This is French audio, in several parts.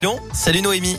Salut Noémie.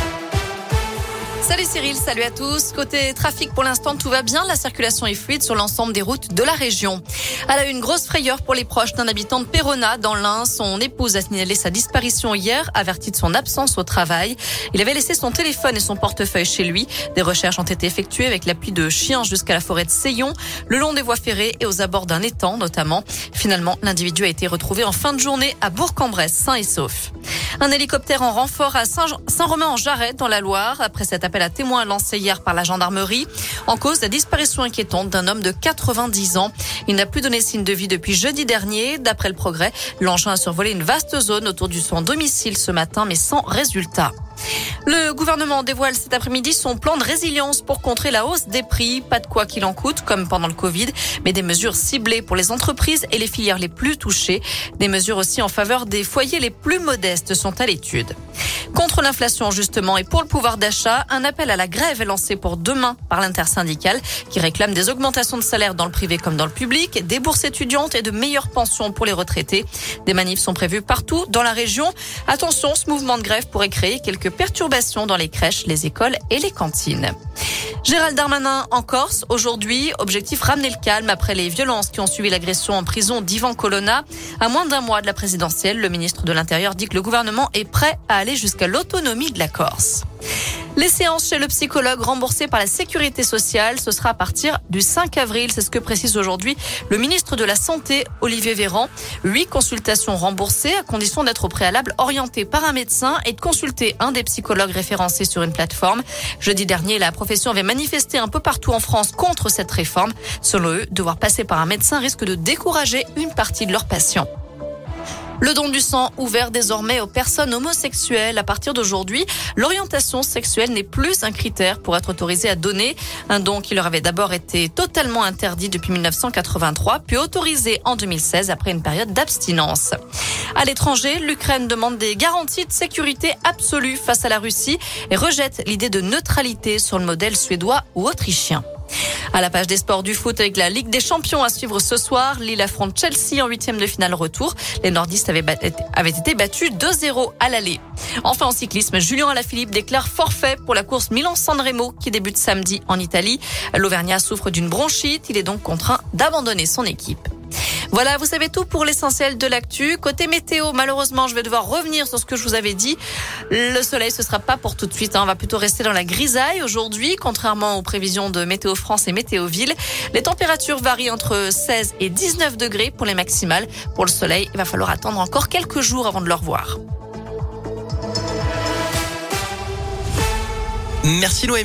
Salut Cyril, salut à tous. Côté trafic, pour l'instant, tout va bien. La circulation est fluide sur l'ensemble des routes de la région. Elle a eu une grosse frayeur pour les proches d'un habitant de Péronat dans l'Ain. Son épouse a signalé sa disparition hier, avertie de son absence au travail. Il avait laissé son téléphone et son portefeuille chez lui. Des recherches ont été effectuées avec l'appui de chiens jusqu'à la forêt de Seillon, le long des voies ferrées et aux abords d'un étang notamment. Finalement, l'individu a été retrouvé en fin de journée à Bourg-en-Bresse, sain et sauf. Un hélicoptère en renfort à Saint-Romain-en-Jarret dans la Loire, après cet appel à témoins lancé hier par la gendarmerie. En cause, la disparition inquiétante d'un homme de 90 ans. Il n'a plus donné signe de vie depuis jeudi dernier. D'après le Progrès, l'engin a survolé une vaste zone autour de son domicile ce matin, mais sans résultat. Le gouvernement dévoile cet après-midi son plan de résilience pour contrer la hausse des prix. Pas de quoi qu'il en coûte, comme pendant le Covid, mais des mesures ciblées pour les entreprises et les filières les plus touchées. Des mesures aussi en faveur des foyers les plus modestes sont à l'étude. Contre l'inflation, justement, et pour le pouvoir d'achat, un appel à la grève est lancé pour demain par l'intersyndicale qui réclame des augmentations de salaire dans le privé comme dans le public, des bourses étudiantes et de meilleures pensions pour les retraités. Des manifs sont prévus partout dans la région. Attention, ce mouvement de grève pourrait créer quelques perturbations dans les crèches, les écoles et les cantines. Gérald Darmanin en Corse aujourd'hui. Objectif ramener le calme après les violences qui ont suivi l'agression en prison d'Ivan Colonna. À moins d'un mois de la présidentielle, le ministre de l'Intérieur dit que le gouvernement est prêt à aller jusqu'à l'autonomie de la Corse. Les séances chez le psychologue remboursées par la Sécurité sociale, ce sera à partir du 5 avril. C'est ce que précise aujourd'hui le ministre de la Santé, Olivier Véran. 8 consultations remboursées à condition d'être au préalable orienté par un médecin et de consulter un des psychologues référencés sur une plateforme. Jeudi dernier, la profession avait manifesté un peu partout en France contre cette réforme. Selon eux, devoir passer par un médecin risque de décourager une partie de leurs patients. Le don du sang ouvert désormais aux personnes homosexuelles. À partir d'aujourd'hui, l'orientation sexuelle n'est plus un critère pour être autorisé à donner. Un don qui leur avait d'abord été totalement interdit depuis 1983, puis autorisé en 2016 après une période d'abstinence. À l'étranger, l'Ukraine demande des garanties de sécurité absolue face à la Russie et rejette l'idée de neutralité sur le modèle suédois ou autrichien. À la page des sports du foot avec la Ligue des Champions à suivre ce soir. Lille affronte Chelsea en 8e de finale retour. Les nordistes avaient été battus 2-0 à l'aller. Enfin en cyclisme, Julien Alaphilippe déclare forfait pour la course Milan-San Remo qui débute samedi en Italie. L'Auvergnat souffre d'une bronchite. Il est donc contraint d'abandonner son équipe. Voilà, vous savez tout pour l'essentiel de l'actu. Côté météo, malheureusement, je vais devoir revenir sur ce que je vous avais dit. Le soleil, ce sera pas pour tout de suite. On va plutôt rester dans la grisaille aujourd'hui, contrairement aux prévisions de Météo France et Météo Ville. Les températures varient entre 16 et 19 degrés pour les maximales. Pour le soleil, il va falloir attendre encore quelques jours avant de le revoir. Merci Noémie.